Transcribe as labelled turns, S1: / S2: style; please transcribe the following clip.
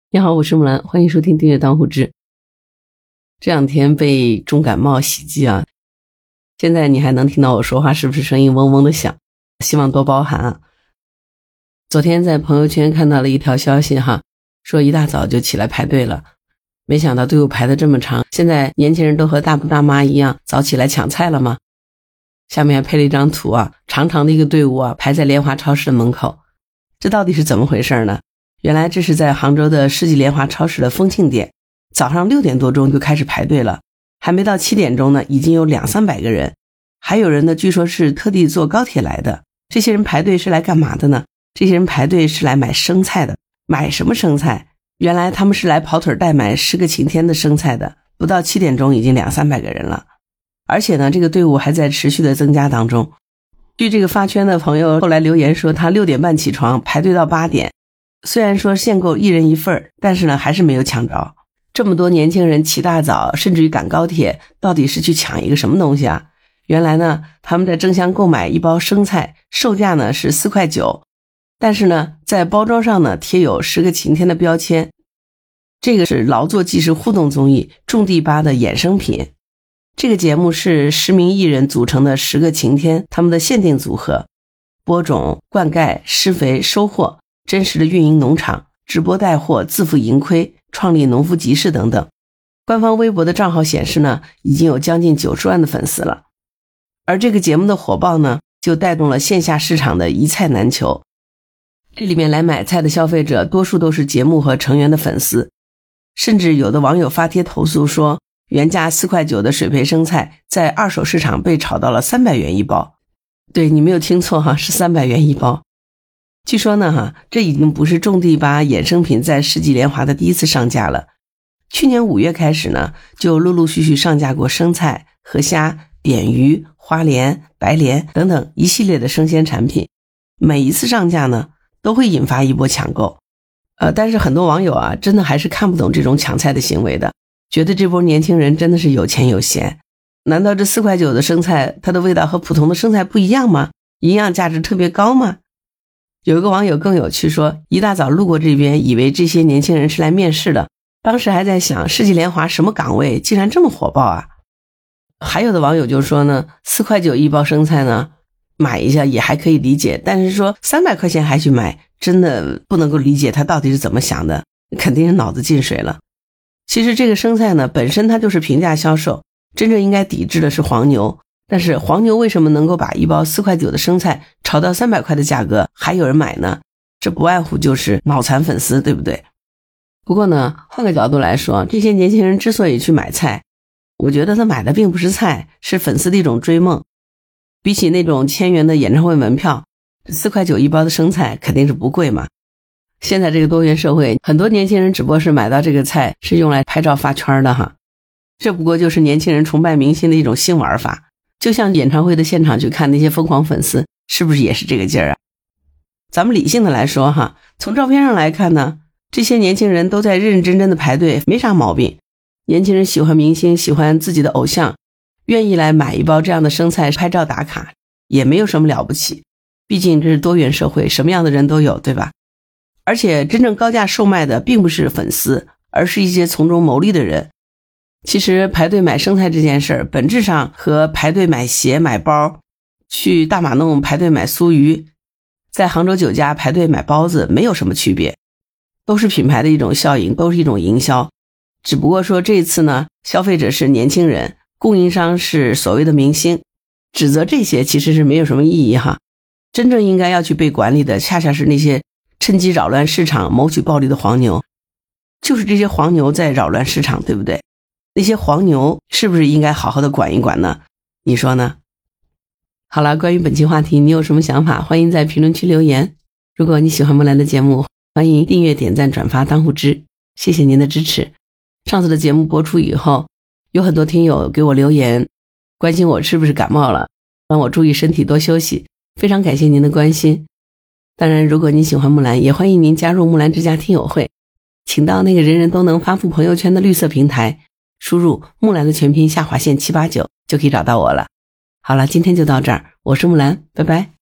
S1: 你好，我是木兰，欢迎收听订阅当户知。这两天被重感冒袭击啊，现在你还能听到我说话是不是声音嗡嗡的响？希望多包涵啊。昨天在朋友圈看到了一条消息哈，说一大早就起来排队了，没想到队伍排得这么长，现在年轻人都和大伯大妈一样早起来抢菜了吗？下面还配了一张图啊，长长的一个队伍啊排在莲华超市的门口，这到底是怎么回事呢？原来这是在杭州的世纪莲华超市的丰庆店，早上6点多钟就开始排队了，还没到7点钟呢，已经有200-300个人，还有人呢据说是特地坐高铁来的。这些人排队是来干嘛的呢？这些人排队是来买生菜的。买什么生菜？原来他们是来跑腿代买10个晴天的生菜的，不到7点钟已经200-300个人了，而且呢这个队伍还在持续的增加当中。据这个发圈的朋友后来留言说，他6点半起床排队到8点，虽然说限购1人1份，但是呢还是没有抢着。这么多年轻人起大早甚至于赶高铁，到底是去抢一个什么东西啊？原来呢他们在争相购买一包生菜，售价呢是4块9，但是呢在包装上呢贴有10个晴天的标签。这个是劳作纪实互动综艺种地吧的衍生品，这个节目是10名艺人组成的10个晴天他们的限定组合，播种、灌溉、施肥、收获，真实的运营农场，直播带货，自负盈亏，创立农夫集市等等。官方微博的账号显示呢，已经有将近90万的粉丝了。而这个节目的火爆呢，就带动了线下市场的一菜难求。这里面来买菜的消费者多数都是节目和成员的粉丝，甚至有的网友发帖投诉说，原价4块9的水培生菜在二手市场被炒到了300元一包。对，你没有听错哈，是300元一包。据说呢这已经不是种地吧衍生品在世纪莲华的第一次上架了。去年5月开始呢，就陆陆续续上架过生菜、河虾、扁鱼、花莲、白莲等等一系列的生鲜产品。每一次上架呢，都会引发一波抢购。但是很多网友啊，真的还是看不懂这种抢菜的行为的，觉得这波年轻人真的是有钱有闲。难道这4块9的生菜，它的味道和普通的生菜不一样吗？营养价值特别高吗？有一个网友更有趣说，一大早路过这边，以为这些年轻人是来面试的，当时还在想世纪莲华什么岗位竟然这么火爆啊。还有的网友就说呢，4块9一包生菜呢，买一下也还可以理解，但是说300块钱还去买，真的不能够理解他到底是怎么想的，肯定是脑子进水了。其实这个生菜呢，本身它就是平价销售，真正应该抵制的是黄牛。但是黄牛为什么能够把一包4块9的生菜炒到300块的价格还有人买呢？这不外乎就是脑残粉丝，对不对？不过呢，换个角度来说，这些年轻人之所以去买菜，我觉得他买的并不是菜，是粉丝的一种追梦。比起那种1000元的演唱会门票，4块9一包的生菜肯定是不贵嘛。现在这个多元社会，很多年轻人只不过是买到这个菜是用来拍照发圈的哈，这不过就是年轻人崇拜明星的一种新玩法。就像演唱会的现场去看那些疯狂粉丝，是不是也是这个劲儿啊？咱们理性的来说哈，从照片上来看呢，这些年轻人都在认认真真的排队，没啥毛病。年轻人喜欢明星，喜欢自己的偶像，愿意来买一包这样的生菜拍照打卡，也没有什么了不起。毕竟这是多元社会，什么样的人都有，对吧？而且真正高价售卖的并不是粉丝，而是一些从中牟利的人。其实排队买生菜这件事儿，本质上和排队买鞋买包，去大马弄排队买酥鱼，在杭州酒家排队买包子没有什么区别，都是品牌的一种效应，都是一种营销。只不过说这一次呢，消费者是年轻人，供应商是所谓的明星，指责这些其实是没有什么意义哈。真正应该要去被管理的，恰恰是那些趁机扰乱市场谋取暴利的黄牛。就是这些黄牛在扰乱市场，对不对？那些黄牛是不是应该好好的管一管呢？你说呢？好了，关于本期话题你有什么想法，欢迎在评论区留言。如果你喜欢木兰的节目，欢迎订阅点赞转发当户知，谢谢您的支持。上次的节目播出以后，有很多听友给我留言，关心我是不是感冒了，让我注意身体多休息，非常感谢您的关心。当然如果您喜欢木兰，也欢迎您加入木兰之家听友会，请到那个人人都能发布朋友圈的绿色平台，输入木兰的全拼下划线789就可以找到我了。好了，今天就到这儿，我是木兰，拜拜。